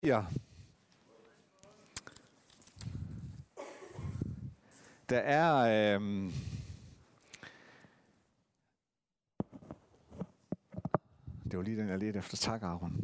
Ja. Der er det var lige den, jeg ledte efter. Tak, Aron.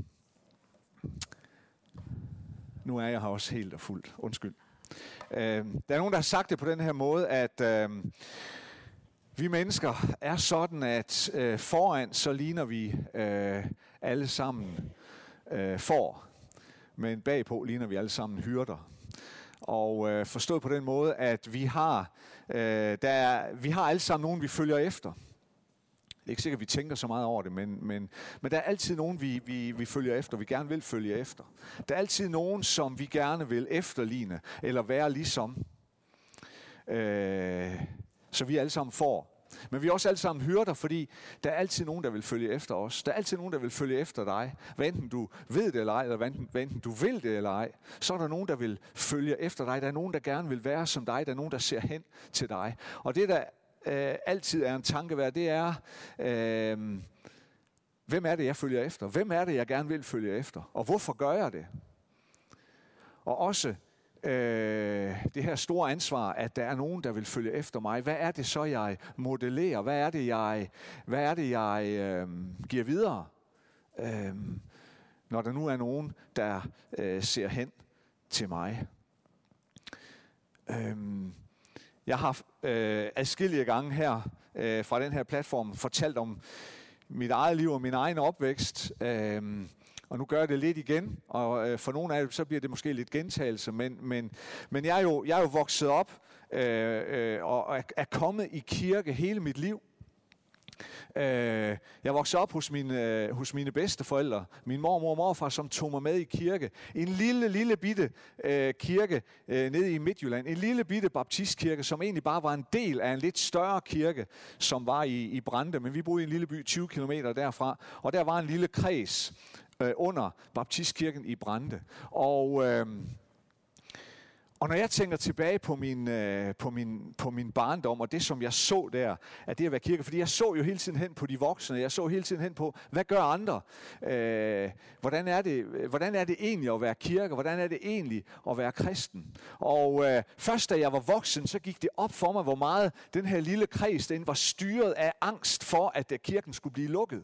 Nu er jeg her også helt og fuldt. Undskyld. Der er nogen, der har sagt det på den her måde, at vi mennesker er sådan, at foran så ligner vi alle sammen får, men bagpå ligner vi alle sammen hyrder. Og forstået på den måde, at vi har alle sammen nogen, vi følger efter. Det er ikke sikkert, at vi tænker så meget over det, men der er altid nogen, vi følger efter, vi gerne vil følge efter. Der er altid nogen, som vi gerne vil efterligne, eller være ligesom. Så vi alle sammen får. Men vi er også alle sammen hyrder, fordi der er altid nogen, der vil følge efter os. Der er altid nogen, der vil følge efter dig. Hvad enten du ved det eller ej, eller hvad enten du vil det eller ej, så er der nogen, der vil følge efter dig. Der er nogen, der gerne vil være som dig. Der er nogen, der ser hen til dig. Og det, der altid er en tanke værd, det er, hvem er det, jeg følger efter? Hvem er det, jeg gerne vil følge efter? Og hvorfor gør jeg det? Og også det her store ansvar, at der er nogen, der vil følge efter mig. Hvad er det så, jeg modellerer? Hvad er det, jeg giver videre? Når der nu er nogen, der ser hen til mig. Jeg har adskillige gange her fra den her platform fortalt om mit eget liv og min egen opvækst. Og nu gør jeg det lidt igen, og for nogle af dem, så bliver det måske lidt gentagelse, men jeg er jo vokset op og er kommet i kirke hele mit liv. Jeg voksede op hos mine bedsteforældre, min mormor og morfar, som tog mig med i kirke. En lille bitte kirke nede i Midtjylland. En lille bitte baptistkirke, som egentlig bare var en del af en lidt større kirke, som var i Brande. Men vi boede i en lille by 20 kilometer derfra, og der var en lille kreds under baptistkirken i Brande. Og når jeg tænker tilbage på min barndom, og det som jeg så der, at det at være kirke, fordi jeg så jo hele tiden hen på de voksne, jeg så hele tiden hen på, hvad gør andre? Hvordan er det egentlig at være kirke? Hvordan er det egentlig at være kristen? Og først da jeg var voksen, så gik det op for mig, hvor meget den her lille kreds, den var styret af angst for, at kirken skulle blive lukket.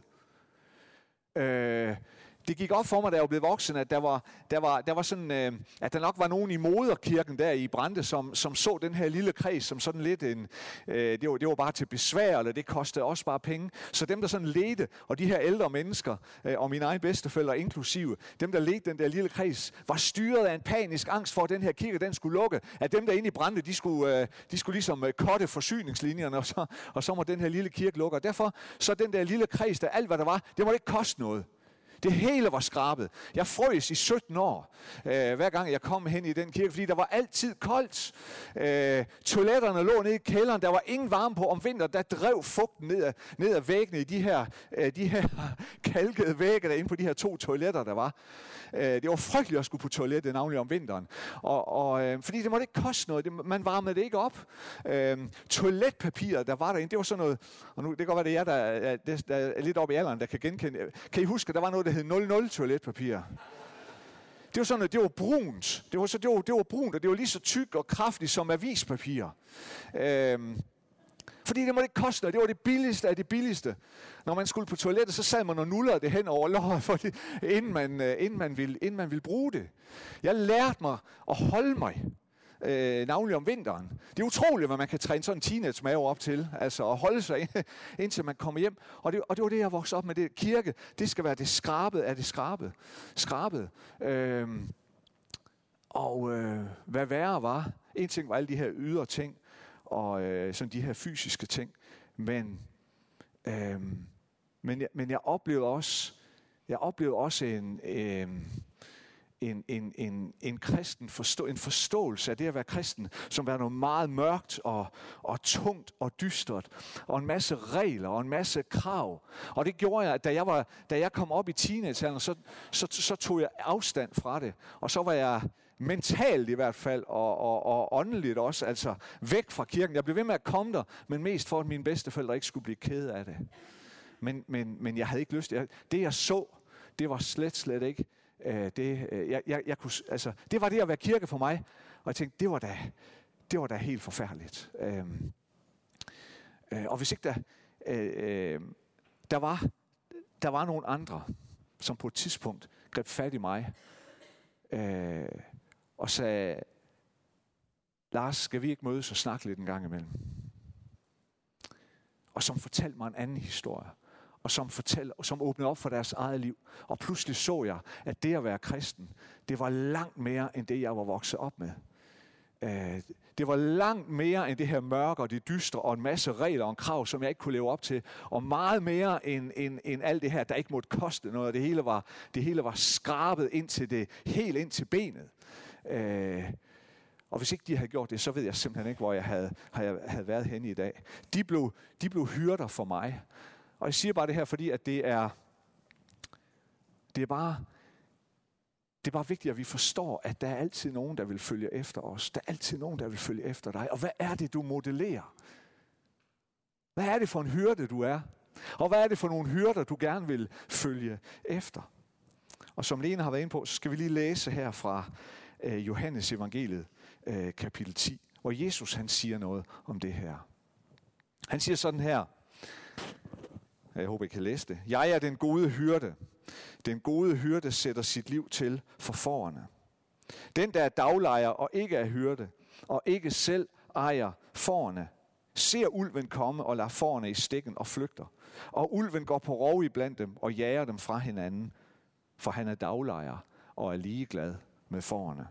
Det gik op for mig, da jeg blev voksen, at der var sådan, at der nok var nogen i moderkirken der i Brande, som så den her lille kreds som sådan lidt det var bare til besvær, eller det kostede også bare penge. Så dem, der sådan ledte, og de her ældre mennesker, og mine egne bedsteforældre inklusive, dem, der ledte den der lille kreds, var styret af en panisk angst for, at den her kirke, den skulle lukke. At dem, der inde i Brande, de skulle ligesom cutte forsyningslinjerne, og så må den her lille kirke lukke. Og derfor, så den der lille kreds, der alt hvad der var, det måtte ikke koste noget. Det hele var skrabet. Jeg frøs i 17 år, hver gang jeg kom hen i den kirke, fordi der var altid koldt. Toiletterne lå nede i kælderen, der var ingen varme på. Om vinteren, der drev fugten ned ad væggene i de her kalkede vægge derinde på de her 2 toiletter, der var. Det var frygteligt at skulle på toilettet, navnlig om vinteren. Fordi det måtte ikke koste noget. Man varmede det ikke op. Toiletpapiret, der var derinde, det var sådan noget, og nu, det kan godt være, det der er lidt oppe i alderen, der kan genkende. Kan I huske, der var noget, der hed 00 toiletpapir? Det var sådan, at det var brunt. Det var brunt, og det var lige så tyk og kraftigt som avispapir. Fordi det måtte ikke koste noget. Det var det billigste af det billigste. Når man skulle på toilettet, så sad man og nullede det hen over låret, inden man ville bruge det. Jeg lærte mig at holde mig, navnlig om vinteren. Det er utroligt, hvad man kan træne sådan en teenage-mave op til. Altså at holde sig indtil man kommer hjem. Og det var det, jeg voksede op med. Det kirke, det skal være det skrabede af det skrabede. Hvad værre var, en ting var alle de her ydre ting, og sådan de her fysiske ting. Men jeg oplevede også en kristen en forståelse af det at være kristen, som var noget meget mørkt og tungt og dystert, og en masse regler og en masse krav. Og det gjorde jeg, da jeg kom op i teenagealderen, så tog jeg afstand fra det. Og så var jeg mentalt i hvert fald, og åndeligt også, altså væk fra kirken. Jeg blev ved med at komme der, men mest for, at mine bedsteforældre ikke skulle blive kede af det. Men jeg havde ikke lyst til det. Jeg så, det var slet ikke det var det at være kirke for mig. Og jeg tænkte, det var da helt forfærdeligt. Og hvis ikke der var nogle andre, som på et tidspunkt greb fat i mig og sagde, Lars, skal vi ikke mødes og snakke lidt en gang imellem? Og som fortalte mig en anden historie. Og som åbnede op for deres eget liv. Og pludselig så jeg, at det at være kristen, det var langt mere end det, jeg var vokset op med. Det var langt mere end det her mørke og det dystre og en masse regler og krav, som jeg ikke kunne leve op til. Og meget mere end alt det her, der ikke måtte koste noget. Det hele var skrabet helt ind til benet. Og hvis ikke de havde gjort det, så ved jeg simpelthen ikke, hvor jeg havde været henne i dag. De blev hyrder for mig. Og jeg siger bare det her, fordi at det er bare vigtigt, at vi forstår, at der er altid nogen, der vil følge efter os. Der er altid nogen, der vil følge efter dig. Og hvad er det, du modellerer? Hvad er det for en hyrde, du er? Og hvad er det for nogle hyrder, du gerne vil følge efter? Og som Lene har været inde på, så skal vi lige læse her fra Johannes evangeliet, kapitel 10, hvor Jesus han siger noget om det her. Han siger sådan her, jeg håber, I kan læse det. Jeg er den gode hyrde. Den gode hyrde sætter sit liv til for fårene. Den, der er daglejer og ikke er hyrde, og ikke selv ejer fårene, ser ulven komme og lader fårene i stikken og flygter. Og ulven går på rov iblandt dem og jager dem fra hinanden, for han er daglejer og er ligeglad med fårene.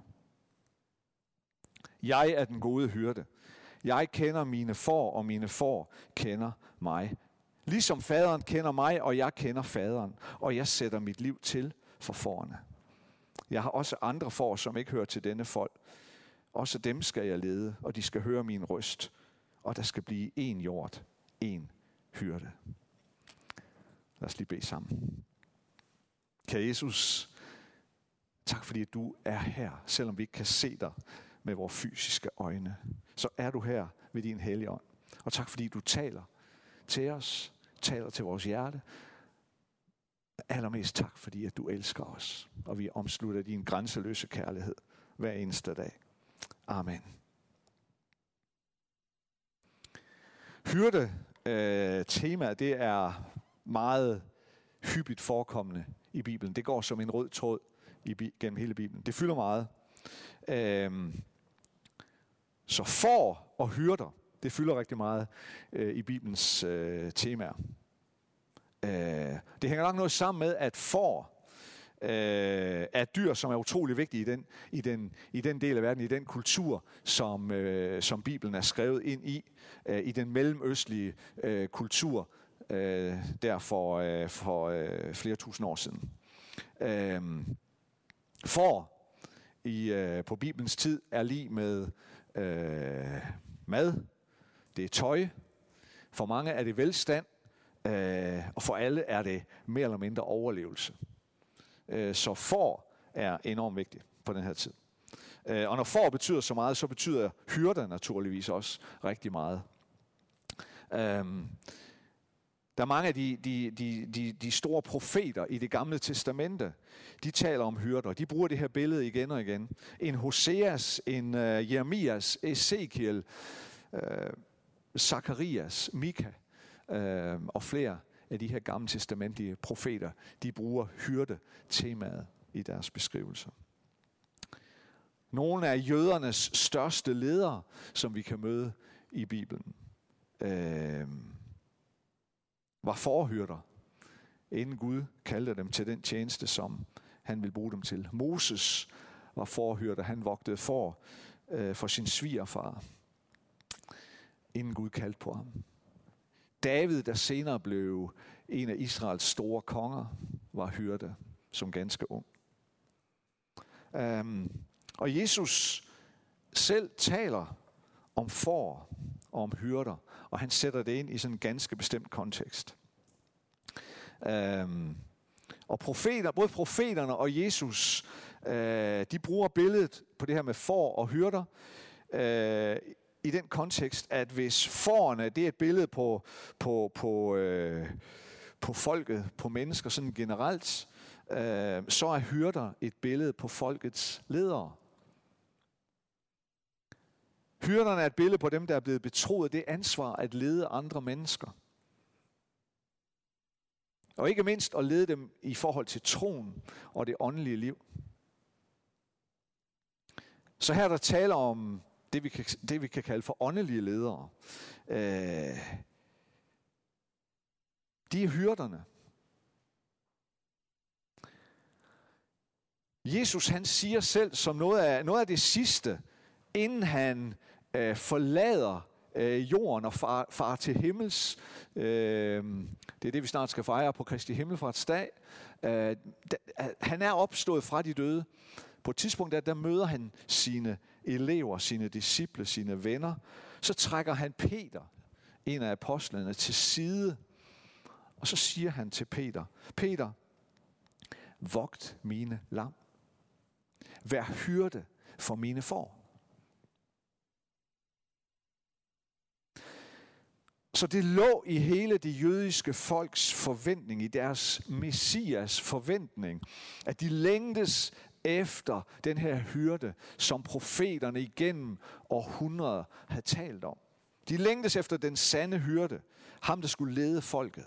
Jeg er den gode hyrde. Jeg kender mine får, og mine får kender mig. Ligesom faderen kender mig, og jeg kender faderen, og jeg sætter mit liv til for fårene. Jeg har også andre får, som ikke hører til denne folk. Også dem skal jeg lede, og de skal høre min røst. Og der skal blive én hjort, én hyrde. Lad os lige bede sammen. Kære Jesus, tak fordi du er her, selvom vi ikke kan se dig med vores fysiske øjne. Så er du her ved din hellige ånd. Og tak fordi du taler til os, taler til vores hjerte. Allermest tak, fordi at du elsker os, og vi omslutter din grænseløse kærlighed hver eneste dag. Amen. Hyrde temaet, det er meget hyppigt forekommende i Bibelen. Det går som en rød tråd gennem hele Bibelen. Det fylder meget. Så får og hyrder, det fylder rigtig meget i Bibelens temaer. Det hænger nok noget sammen med, at får er dyr, som er utrolig vigtige i den del af verden, i den kultur, som Bibelen er skrevet ind i den mellemøstlige kultur, der for flere tusind år siden. Får på Bibelens tid er lig med mad, det er tøj, for mange er det velstand, og for alle er det mere eller mindre overlevelse. Så får er enormt vigtigt på den her tid. Og når får betyder så meget, så betyder hyrder naturligvis også rigtig meget. Der er mange af de store profeter i det gamle testamente, de taler om hyrder. De bruger det her billede igen og igen. En Hoseas, en Jeremias, Ezekiel, Zakarias, Mika og flere af de her gamle testamentlige profeter, de bruger hyrde-temaet i deres beskrivelser. Nogle af jødernes største ledere, som vi kan møde i Bibelen, var forhyrder, inden Gud kaldte dem til den tjeneste, som han ville bruge dem til. Moses var forhyrder, han vogtede for sin svigerfar, inden Gud kaldte på ham. David, der senere blev en af Israels store konger, var hyrde som ganske ung. Og Jesus selv taler om får og om hyrder, og han sætter det ind i sådan en ganske bestemt kontekst. Og både profeterne og Jesus, de bruger billedet på det her med får og hyrder, i den kontekst, at hvis fårene, det er et billede på folket, på mennesker sådan generelt, så er hyrder et billede på folkets ledere. Hyrderne er et billede på dem, der er blevet betroet det ansvar at lede andre mennesker. Og ikke mindst at lede dem i forhold til troen og det åndelige liv. Så her er der tale om det, vi kan kalde for åndelige ledere. De er hyrderne. Jesus han siger selv som noget af det sidste, inden han forlader jorden og far til himmels. Det er det, vi snart skal fejre på Kristi Himmelfartsdag. Han er opstået fra de døde. På et tidspunkt der møder han sine elever, sine disciple, sine venner. Så trækker han Peter, en af apostlene, til side. Og så siger han til Peter, Peter, vogt mine lam. Vær hyrde for mine får. Så det lå i hele det jødiske folks forventning, i deres messias forventning, at de længtes efter den her hyrde, som profeterne igennem århundreder havde talt om. De længtes efter den sande hyrde, ham der skulle lede folket.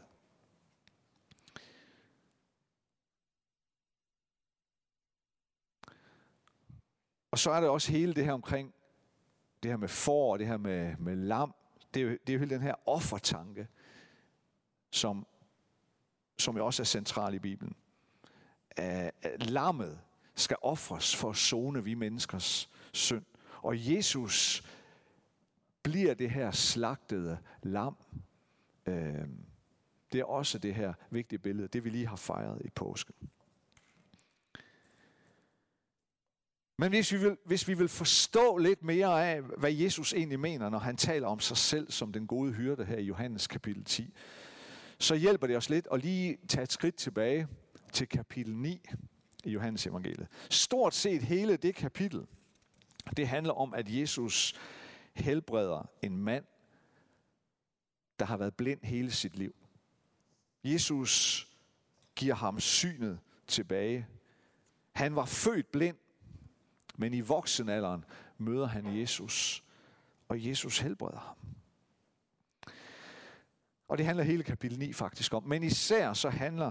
Og så er der også hele det her omkring, det her med får og det her med lam. Det er jo hele den her offertanke, som jo også er central i Bibelen. Lammet skal ofres for at sone vi menneskers synd. Og Jesus bliver det her slagtede lam. Det er også det her vigtige billede, det vi lige har fejret i påsken. Men hvis vi vil forstå lidt mere af, hvad Jesus egentlig mener, når han taler om sig selv som den gode hyrde her i Johannes kapitel 10, så hjælper det os lidt at lige tage et skridt tilbage til kapitel 9 i Johannes evangeliet. Stort set hele det kapitel, det handler om, at Jesus helbreder en mand, der har været blind hele sit liv. Jesus giver ham synet tilbage. Han var født blind, men i voksenalderen møder han Jesus, og Jesus helbreder ham. Og det handler hele kapitel 9 faktisk om. Men især så handler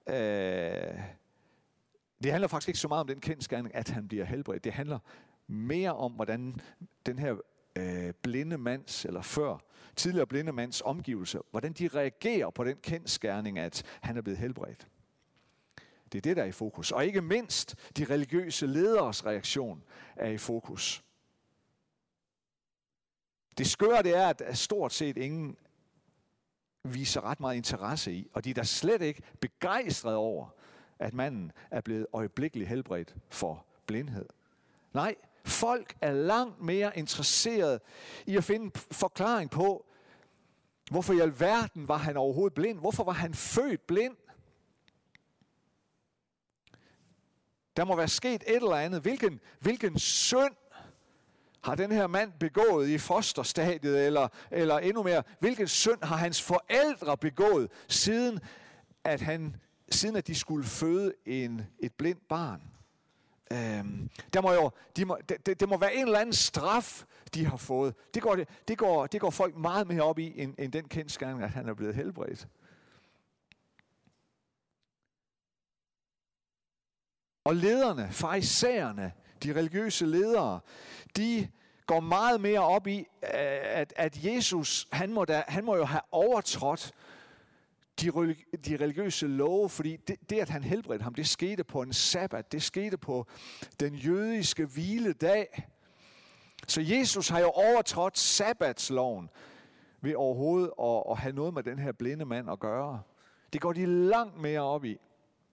det handler faktisk ikke så meget om den kendsgerning, at han bliver helbredt. Det handler mere om, hvordan den her blinde mands, eller før tidligere blinde mands omgivelser, hvordan de reagerer på den kendsgerning, at han er blevet helbredt. Det er det, der er i fokus. Og ikke mindst de religiøse lederes reaktion er i fokus. Det skøre det er, at stort set ingen viser ret meget interesse i, og de er da slet ikke begejstrede over, at manden er blevet øjeblikkeligt helbredt for blindhed. Nej, folk er langt mere interesseret i at finde forklaring på, hvorfor i alverden var han overhovedet blind? Hvorfor var han født blind? Der må være sket et eller andet. Hvilken synd har den her mand begået i fosterstadiet, eller endnu mere, hvilken synd har hans forældre begået, siden at de skulle føde et blindt barn? Det må være en eller anden straf, de har fået. Det går folk meget mere op i, end den kendsgerning, at han er blevet helbredt. Og lederne, farisæerne, de religiøse ledere, de går meget mere op i, at Jesus, han må jo have overtrådt de religiøse love, fordi det, at han helbredte ham, det skete på en sabbat, det skete på den jødiske hviledag. Så Jesus har jo overtrådt sabbatsloven ved overhovedet at have noget med den her blinde mand at gøre. Det går de langt mere op i.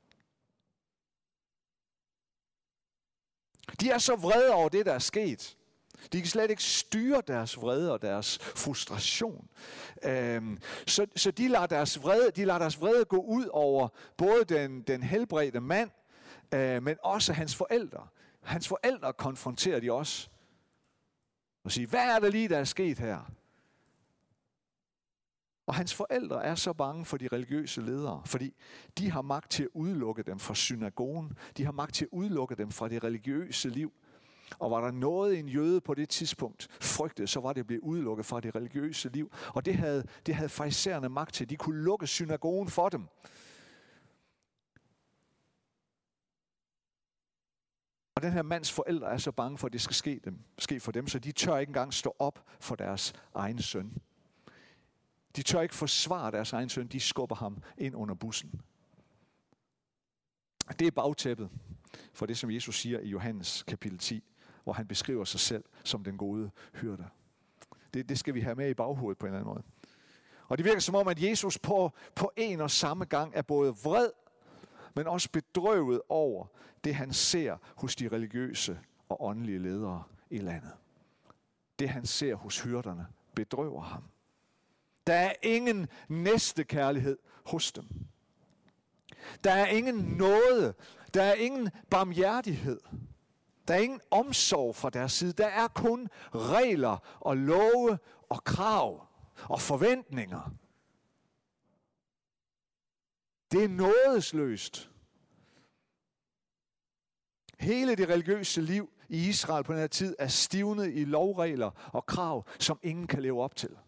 De er så vrede over det, der er sket. De kan slet ikke styre deres vrede og deres frustration. Så de lader deres vrede gå ud over både den helbredte mand, men også hans forældre. Hans forældre konfronterer de også. Og siger, hvad er der lige, der er sket her? Og hans forældre er så bange for de religiøse ledere, fordi de har magt til at udelukke dem fra synagogen. De har magt til at udelukke dem fra det religiøse liv. Og var der noget, en jøde på det tidspunkt frygtede, så var det at blive udelukket fra det religiøse liv. Og det havde farisæerne magt til. De kunne lukke synagogen for dem. Og den her mands forældre er så bange for, at det skal ske for dem, så de tør ikke engang stå op for deres egen søn. De tør ikke forsvare deres egen søn, de skubber ham ind under bussen. Det er bagtæppet for det, som Jesus siger i Johannes kapitel 10, hvor han beskriver sig selv som den gode hyrde. Det skal vi have med i baghovedet på en eller anden måde. Og det virker som om, at Jesus på en og samme gang er både vred, men også bedrøvet over det, han ser hos de religiøse og åndelige ledere i landet. Det, han ser hos hyrderne, bedrøver ham. Der er ingen næstekærlighed hos dem. Der er ingen nåde. Der er ingen barmhjertighed. Der er ingen omsorg fra deres side. Der er kun regler og love og krav og forventninger. Det er nådesløst. Hele det religiøse liv i Israel på den her tid er stivnet i lovregler og krav, som ingen kan leve op til.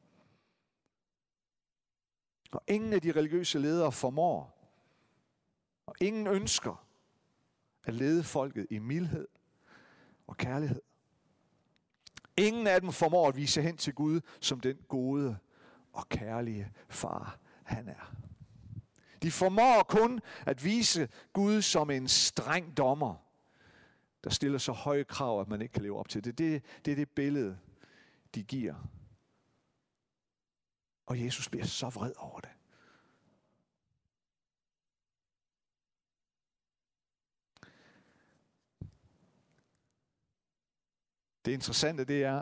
Og ingen af de religiøse ledere formår, og ingen ønsker at lede folket i mildhed og kærlighed. Ingen af dem formår at vise hen til Gud som den gode og kærlige far, han er. De formår kun at vise Gud som en streng dommer, der stiller så høje krav, at man ikke kan leve op til det. Det er det billede, de giver. Og Jesus bliver så vred over det. Det interessante, det er,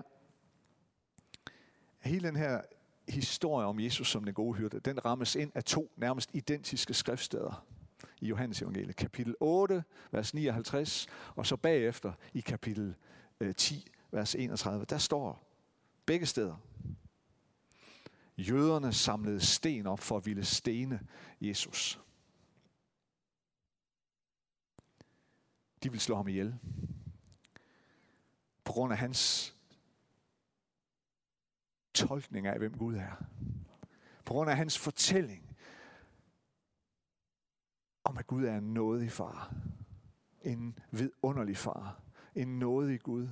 at hele den her historie om Jesus som den gode hyrde, den rammes ind af 2 nærmest identiske skriftsteder i Johannes evangeliet. Kapitel 8, vers 59, og så bagefter i kapitel 10, vers 31. Der står begge steder: jøderne samlede sten op for at ville stene Jesus. De ville slå ham ihjel på grund af hans tolkning af, hvem Gud er. På grund af hans fortælling om, at Gud er en nådig far. En vidunderlig far. En nådig Gud.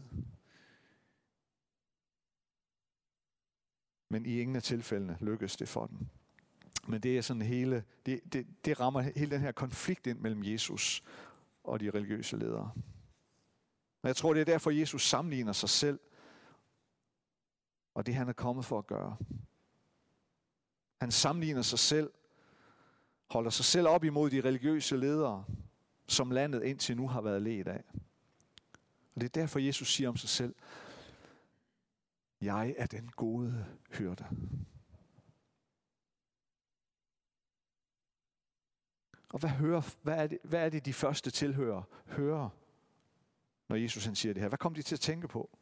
Men i ingen af tilfældene lykkes det for dem. Men det er sådan det rammer hele den her konflikt ind mellem Jesus og de religiøse ledere. Og jeg tror, det er derfor, Jesus sammenligner sig selv og det, han er kommet for at gøre. Han sammenligner sig selv, holder sig selv op imod de religiøse ledere, som landet indtil nu har været ledt af. Og det er derfor, Jesus siger om sig selv: jeg er den gode hyrde. Og hvad er det de første tilhører hører, når Jesus han siger det her? Hvad kom de til at tænke på?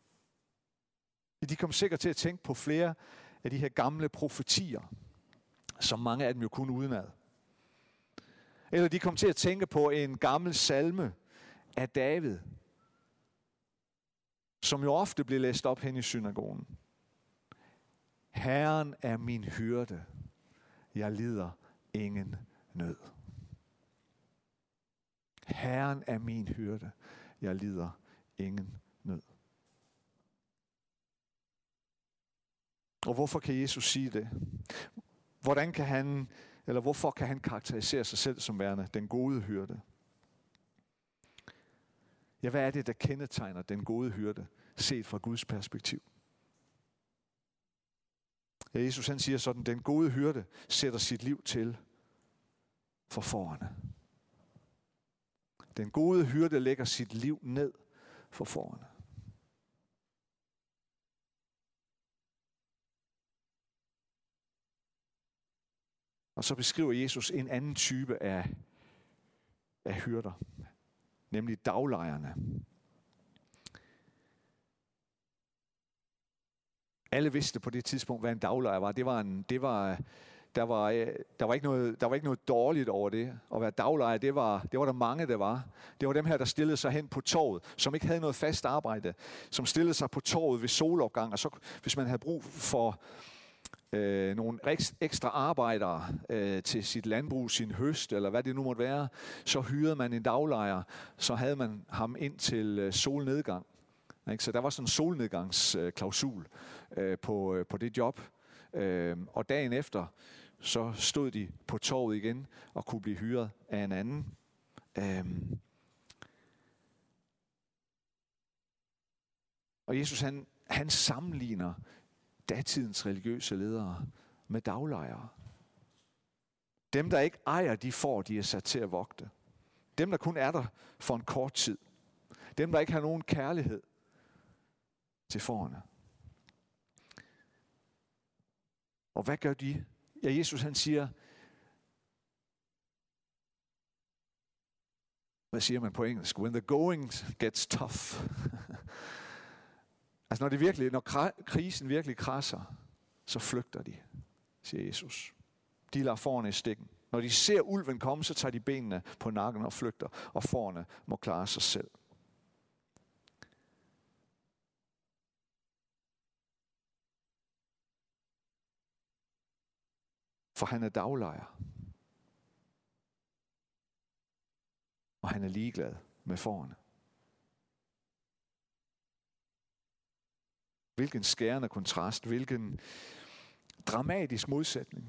De kom sikkert til at tænke på flere af de her gamle profetier, som mange af dem jo kun udenad. Eller de kom til at tænke på en gammel salme af David, som jo ofte blev læst op hen i synagogen. Herren er min hyrde, jeg lider ingen nød. Herren er min hyrde, jeg lider ingen nød. Og hvorfor kan Jesus sige det? Hvorfor kan han karakterisere sig selv som værende den gode hyrde? Ja, hvad er det, der kendetegner den gode hyrde, set fra Guds perspektiv? Ja, Jesus han siger sådan: den gode hyrde sætter sit liv til for fårene. Den gode hyrde lægger sit liv ned for fårene. Og så beskriver Jesus en anden type af hyrder, nemlig daglejerne. Alle vidste på det tidspunkt, hvad en daglejr var. Der var ikke noget dårligt over det. At være daglejr, det var der mange, der var. Det var dem her, der stillede sig hen på torvet, som ikke havde noget fast arbejde, som stillede sig på torvet ved solopgang, og så, hvis man havde brug for nogle ekstra arbejdere til sit landbrug, sin høst, eller hvad det nu måtte være, så hyrede man en daglejr, så havde man ham ind til solnedgang. Så der var sådan en solnedgangsklausul på det job. Og dagen efter, så stod de på torvet igen og kunne blive hyret af en anden. Og Jesus han sammenligner datidens religiøse ledere med daglejere. Dem, der ikke ejer de får, de er sat til at vogte. Dem, der kun er der for en kort tid. Dem, der ikke har nogen kærlighed til fårene. Og hvad gør de? Ja, Jesus han siger, hvad siger man på engelsk? When the going gets tough. Altså når krisen virkelig krasser, så flygter de, siger Jesus. De lader fårene i stikken. Når de ser ulven komme, så tager de benene på nakken og flygter, og fårene må klare sig selv. For han er daglejr. Og han er ligeglad med fårene. Hvilken skærende kontrast, hvilken dramatisk modsætning.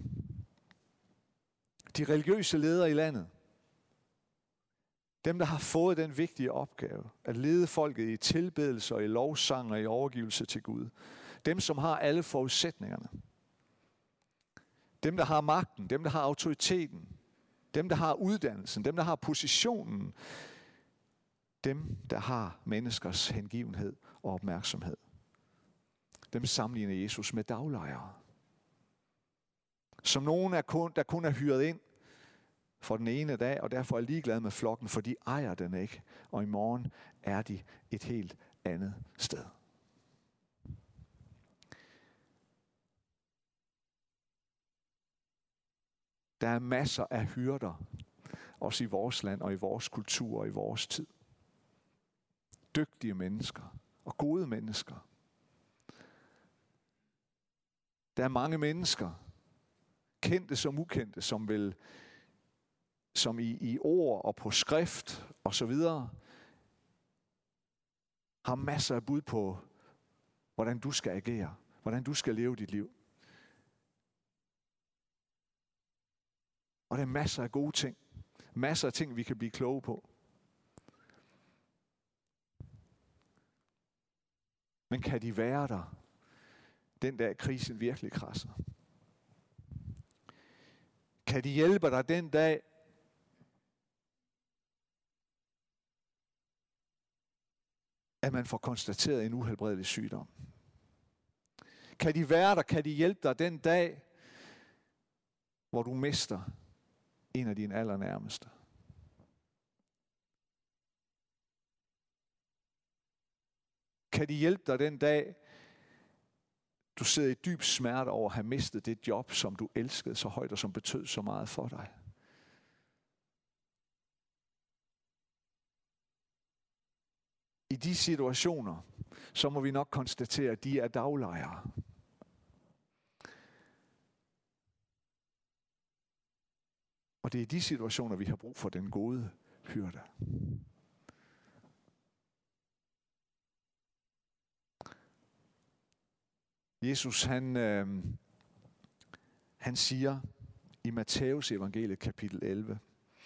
De religiøse ledere i landet, dem der har fået den vigtige opgave at lede folket i tilbedelse og i lovsang og i overgivelse til Gud. Dem som har alle forudsætningerne. Dem der har magten, dem der har autoriteten, dem der har uddannelsen, dem der har positionen. Dem der har menneskers hengivenhed og opmærksomhed. Dem sammenligner Jesus med daglejere. Som nogen, der kun er hyret ind for den ene dag, og derfor er ligeglade med flokken, for de ejer den ikke. Og i morgen er de et helt andet sted. Der er masser af hyrder, også i vores land og i vores kultur og i vores tid. Dygtige mennesker og gode mennesker. Der er mange mennesker, kendte som ukendte, som i ord og på skrift og så videre, har masser af bud på, hvordan du skal agere, hvordan du skal leve dit liv. Og der er masser af gode ting. Masser af ting, vi kan blive kloge på. Men kan de være der, den dag krisen virkelig krasser? Kan de hjælpe dig den dag, at man får konstateret en uhelbredelig sygdom? Kan de være der? Kan de hjælpe dig den dag, hvor du mister en af dine allernærmeste? Kan de hjælpe dig den dag, du sidder i dyb smerte over at have mistet det job, som du elskede så højt og som betød så meget for dig? I de situationer, så må vi nok konstatere, at de er daglejere. Og det er i de situationer, vi har brug for den gode hyrde. Jesus, han siger i Matthæus evangeliet kapitel 11,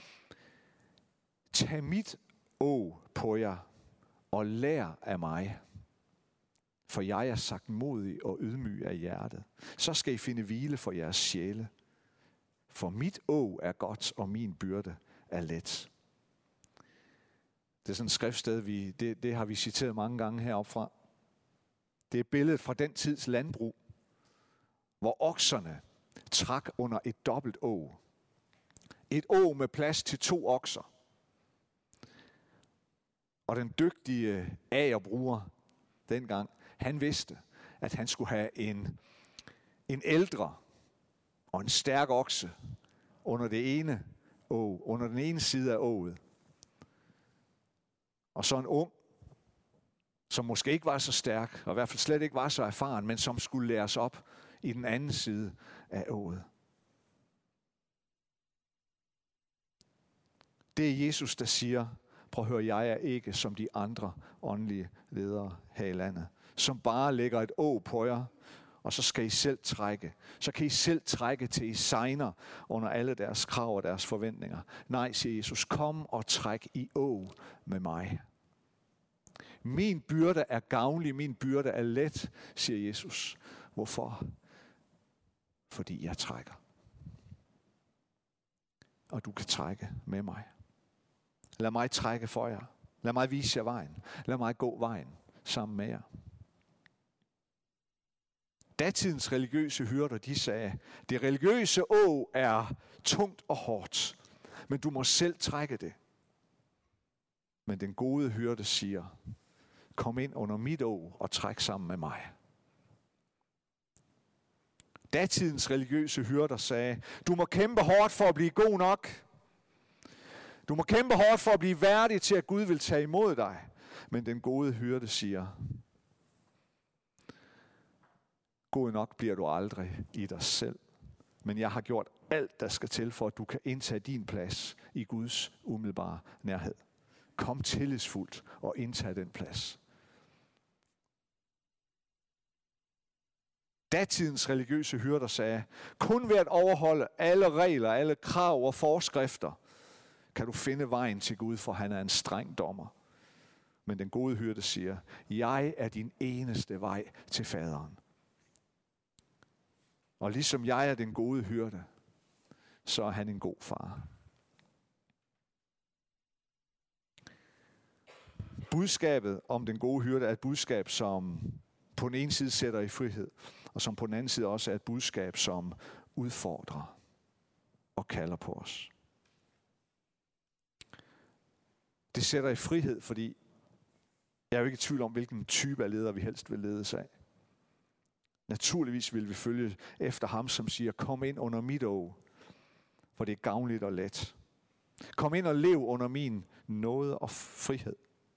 tag mit åg på jer og lær af mig, for jeg er sagtmodig og ydmyg af hjertet. Så skal I finde hvile for jeres sjæle. For mit åg er godt, og min byrde er let. Det er sådan et skriftsted, det har vi citeret mange gange heroppe fra. Det er et billede fra den tids landbrug, hvor okserne trak under et dobbelt åg. Et åg med plads til 2 okser. Og den dygtige agerbruger dengang, han vidste, at han skulle have en ældre og en stærk okse under det ene åg, under den ene side af åget. Og så en ung, som måske ikke var så stærk, og i hvert fald slet ikke var så erfaren, men som skulle læres op i den anden side af åget. Det er Jesus, der siger, prøv at høre, jeg er ikke som de andre åndelige ledere her i landet, som bare lægger et åg på jer, og så skal I selv trække. Så kan I selv trække til I sejner under alle deres krav og deres forventninger. Nej, siger Jesus, kom og træk i åg med mig. Min byrde er gavnlig, min byrde er let, siger Jesus. Hvorfor? Fordi jeg trækker. Og du kan trække med mig. Lad mig trække for jer. Lad mig vise jer vejen. Lad mig gå vejen sammen med jer. Datidens religiøse hyrder, de sagde, det religiøse åg er tungt og hårdt, men du må selv trække det. Men den gode hyrde siger, kom ind under mit åg og træk sammen med mig. Datidens religiøse hyrder sagde, du må kæmpe hårdt for at blive god nok. Du må kæmpe hårdt for at blive værdig til, at Gud vil tage imod dig. Men den gode hyrde siger, god nok bliver du aldrig i dig selv. Men jeg har gjort alt, der skal til, for at du kan indtage din plads i Guds umiddelbare nærhed. Kom tillidsfuldt og indtag den plads. Datidens religiøse hyrder sagde, kun ved at overholde alle regler, alle krav og forskrifter, kan du finde vejen til Gud, for han er en streng dommer. Men den gode hyrde siger, jeg er din eneste vej til faderen. Og ligesom jeg er den gode hyrde, så er han en god far. Budskabet om den gode hyrde er et budskab, som på den ene side sætter i frihed, og som på den anden side også er et budskab, som udfordrer og kalder på os. Det sætter i frihed, fordi jeg er jo ikke i tvivl om, hvilken type af leder vi helst vil ledes af. Naturligvis vil vi følge efter ham, som siger, kom ind under mit åg, for det er gavnligt og let. Kom ind og lev under min nåde og frihed.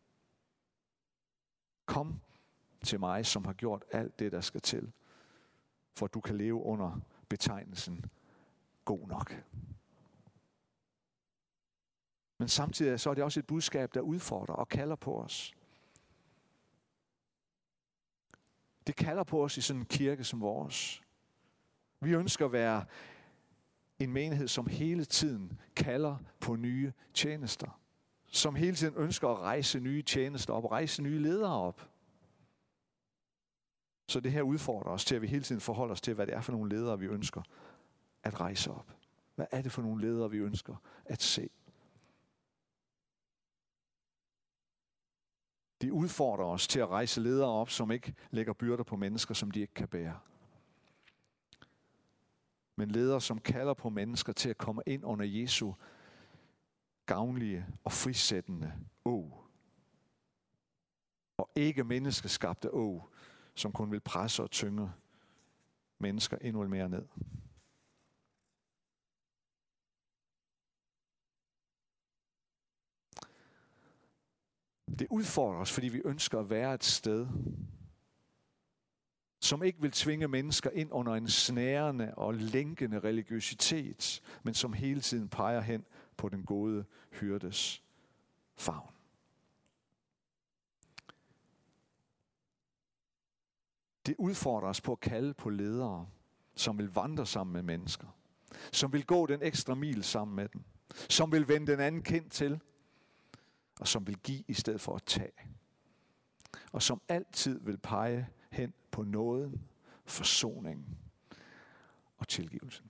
Kom til mig, som har gjort alt det, der skal til, for at du kan leve under betegnelsen god nok. Men samtidig så er det også et budskab, der udfordrer og kalder på os. Det kalder på os i sådan en kirke som vores. Vi ønsker at være en menighed, som hele tiden kalder på nye tjenester. Som hele tiden ønsker at rejse nye tjenester op, rejse nye ledere op. Så det her udfordrer os til, at vi hele tiden forholder os til, hvad det er for nogle ledere, vi ønsker at rejse op. Hvad er det for nogle ledere, vi ønsker at se? Det udfordrer os til at rejse ledere op, som ikke lægger byrder på mennesker, som de ikke kan bære. Men ledere, som kalder på mennesker til at komme ind under Jesu gavnlige og frisættende åg. Og ikke menneskeskabte åg, som kun vil presse og tynge mennesker endnu mere ned. Det udfordrer os, fordi vi ønsker at være et sted, som ikke vil tvinge mennesker ind under en snærende og lænkende religiøsitet, men som hele tiden peger hen på den gode hyrdes favn. Det udfordrer os på at kalde på ledere, som vil vandre sammen med mennesker, som vil gå den ekstra mil sammen med dem, som vil vende den anden kind til, og som vil give i stedet for at tage. Og som altid vil pege hen på nåden, forsoningen og tilgivelsen.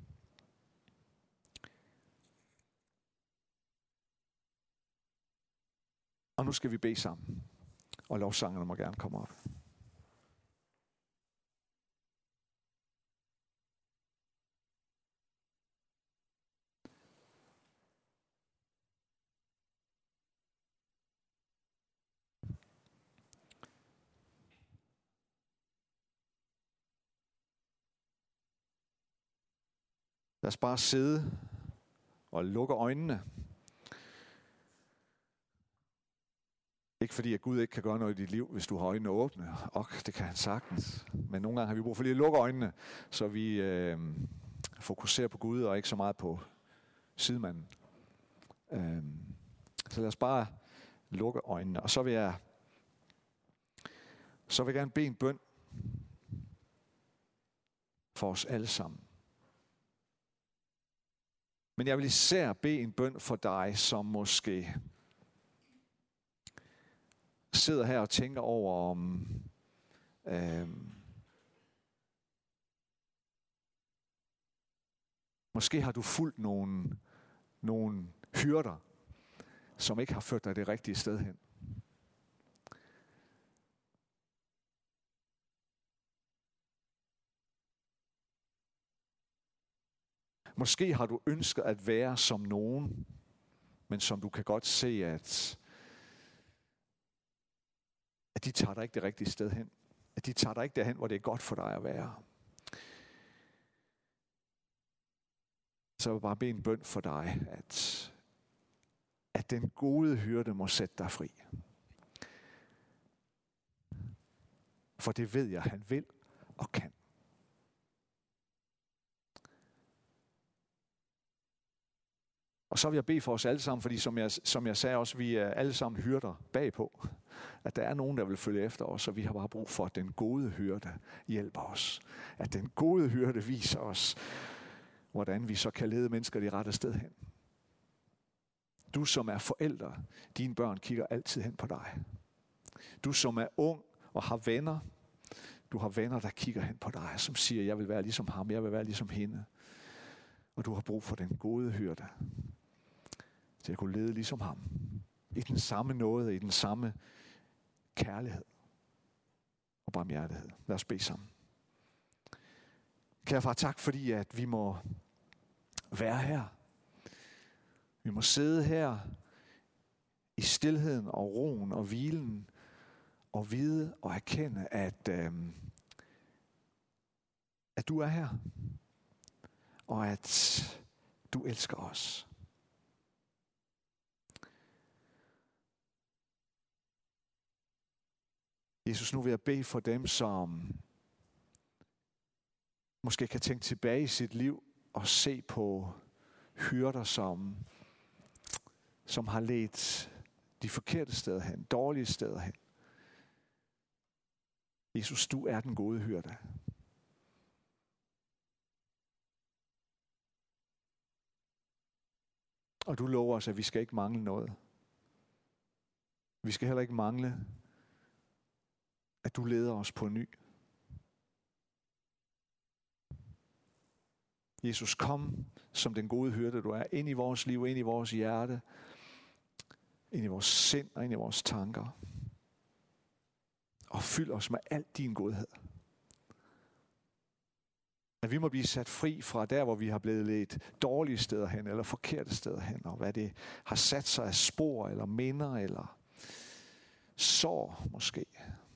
Og nu skal vi bede sammen, og lovsangerne må gerne komme op. Lad os bare sidde og lukke øjnene. Ikke fordi, at Gud ikke kan gøre noget i dit liv, hvis du har øjnene åbne. Og det kan han sagtens. Men nogle gange har vi brug for lige at lukke øjnene, så vi fokuserer på Gud og ikke så meget på sidemanden. Så lad os bare lukke øjnene. Og så vil jeg gerne bede en bøn for os alle sammen. Men jeg vil især bede en bøn for dig, som måske sidder her og tænker over, om måske har du fulgt nogle hyrder, som ikke har ført dig det rigtige sted hen. Måske har du ønsket at være som nogen, men som du kan godt se, at de tager dig ikke det rigtige sted hen. At de tager dig ikke derhen, hvor det er godt for dig at være. Så jeg vil bare bede en bøn for dig, at den gode hyrde må sætte dig fri. For det ved jeg, han vil og kan. Og så vil jeg bede for os alle sammen, fordi som jeg sagde også, vi er alle sammen hyrder bagpå. At der er nogen, der vil følge efter os, og vi har bare brug for, at den gode hyrde hjælper os. At den gode hyrde viser os, hvordan vi så kan lede mennesker det rette sted hen. Du som er forældre, dine børn kigger altid hen på dig. Du som er ung og har venner, du har venner, der kigger hen på dig, som siger, jeg vil være ligesom ham, jeg vil være ligesom hende. Og du har brug for den gode hyrde, til at kunne lede ligesom ham. I den samme nåde, i den samme kærlighed og barmhjertighed. Lad os bede sammen. Kære far, tak fordi, at vi må være her. Vi må sidde her i stilheden og roen og hvilen og vide og erkende, at du er her. Og at du elsker os. Jesus, nu vil jeg bede for dem, som måske kan tænke tilbage i sit liv og se på hyrder, som har ledt de forkerte steder hen, dårlige steder hen. Jesus, du er den gode hyrde. Og du lover os, at vi skal ikke mangle noget. Vi skal heller ikke mangle, at du leder os på ny. Jesus, kom som den gode hyrde, du er, ind i vores liv, ind i vores hjerte, ind i vores sind og ind i vores tanker. Og fyld os med al din godhed. At vi må blive sat fri fra der, hvor vi har blevet ledt dårlige steder hen, eller forkerte steder hen, og hvad det har sat sig af spor, eller minder, eller sår måske.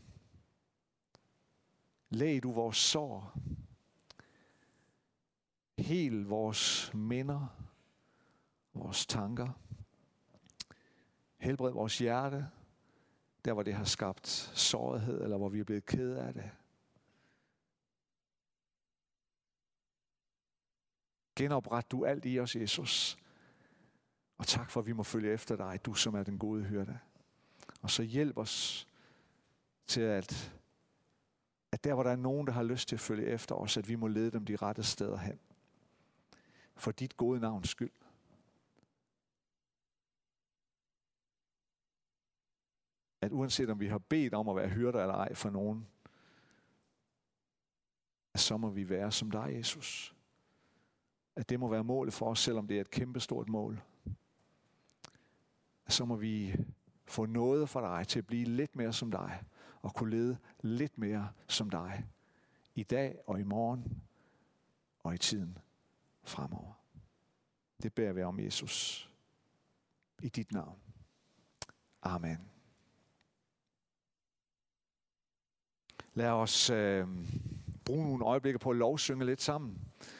Læg du vores sår. Hel vores minder, vores tanker. Helbred vores hjerte, der hvor det har skabt sårighed, eller hvor vi er blevet ked af det. Genopret du alt i os, Jesus. Og tak for, at vi må følge efter dig, du som er den gode hyrde. Og så hjælp os til, at der, hvor der er nogen, der har lyst til at følge efter os, at vi må lede dem de rette steder hen. For dit gode navns skyld. At uanset om vi har bedt om at være hyrder eller ej for nogen, så må vi være som dig, Jesus. At det må være målet for os, selvom det er et kæmpestort mål. Så må vi få noget fra dig til at blive lidt mere som dig, og kunne lede lidt mere som dig, i dag og i morgen, og i tiden fremover. Det beder vi om, Jesus, i dit navn. Amen. Lad os bruge nogle øjeblikke på at lovsynge lidt sammen.